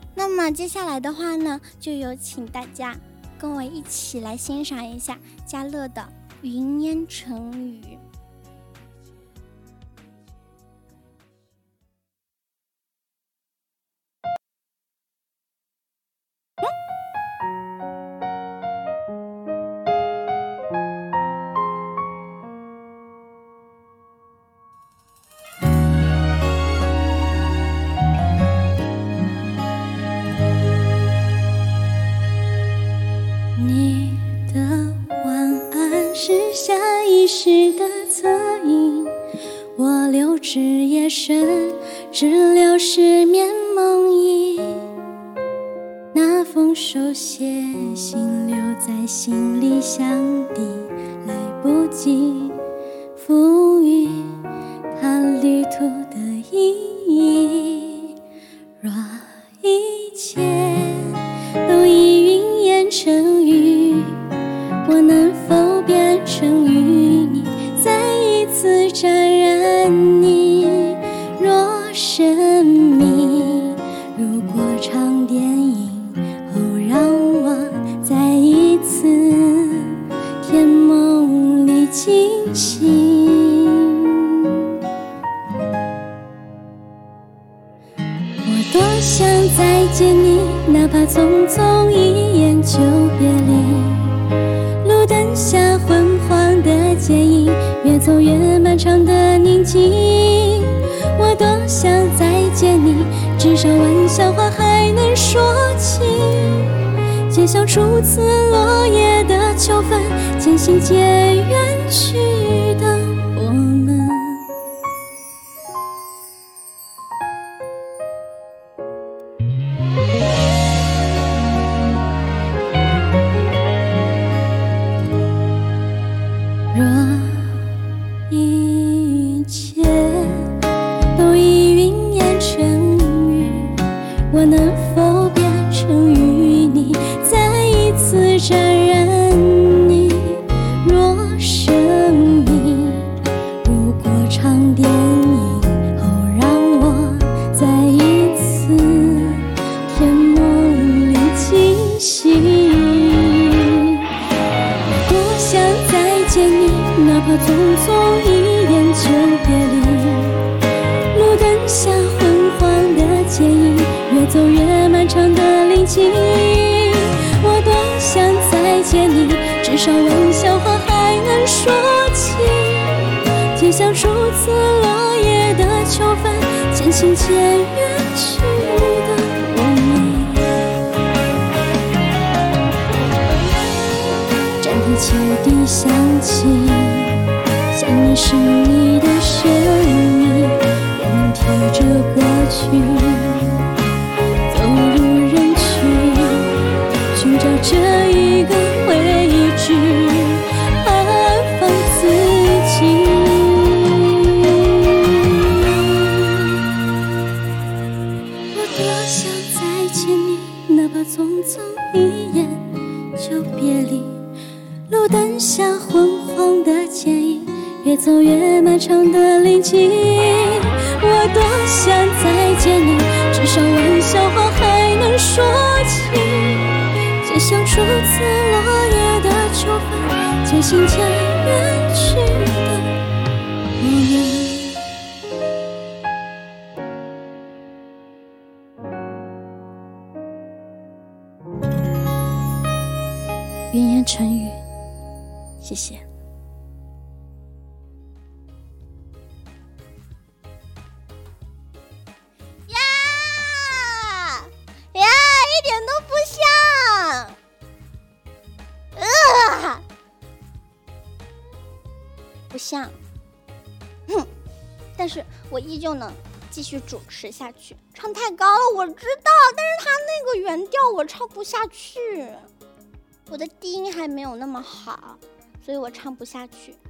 那么接下来的话呢，就有请大家跟我一起来欣赏一下嘉乐的云烟成雨。 你的晚安是下意识的侧影，我留至夜深，只留失眠梦呓。那封手写信留在心里箱底，来不及赋予它旅途的意义。若一切都已云烟成雨，我能否变成与你再一次沾染你？若生命如过场电影后，让我再一次甜梦里惊醒。我多想再见你，哪怕匆匆一眼就别离。路灯下昏黄的剪影，越走越漫长的宁静。我多想再见你，至少玩笑话还能说起。就像初次落叶的秋分，渐行渐远去的我们。若一切都已云烟成雨，我能否变成与你再一次沾染你？若生命如过场电影后，让我再一次甜梦里惊醒。多想再见你，哪怕匆匆一眼就别离。路灯下昏黄的剪影，越走越漫长的宁静。我多想再见你，至少玩笑话还能说起。就像初次落叶的秋分，渐行渐远去的我们。暂停汽笛响起，想念是你的声音，我们贴着过去走入人群，寻找这一个位置安放自己。我多想再见你，哪怕匆匆一眼就别离。路灯下昏黄的剪影，越走越漫长的宁静。我多想再见你，至少玩笑话还能说起。就像初次落叶的秋分，渐行渐远去的我们。云烟成雨，谢谢。 呀，一点都不像。不像。哼，但是我依旧能继续主持下去。唱太高了，我知道，但是它那个原调我唱不下去，我的低音还没有那么好，所以我唱不下去。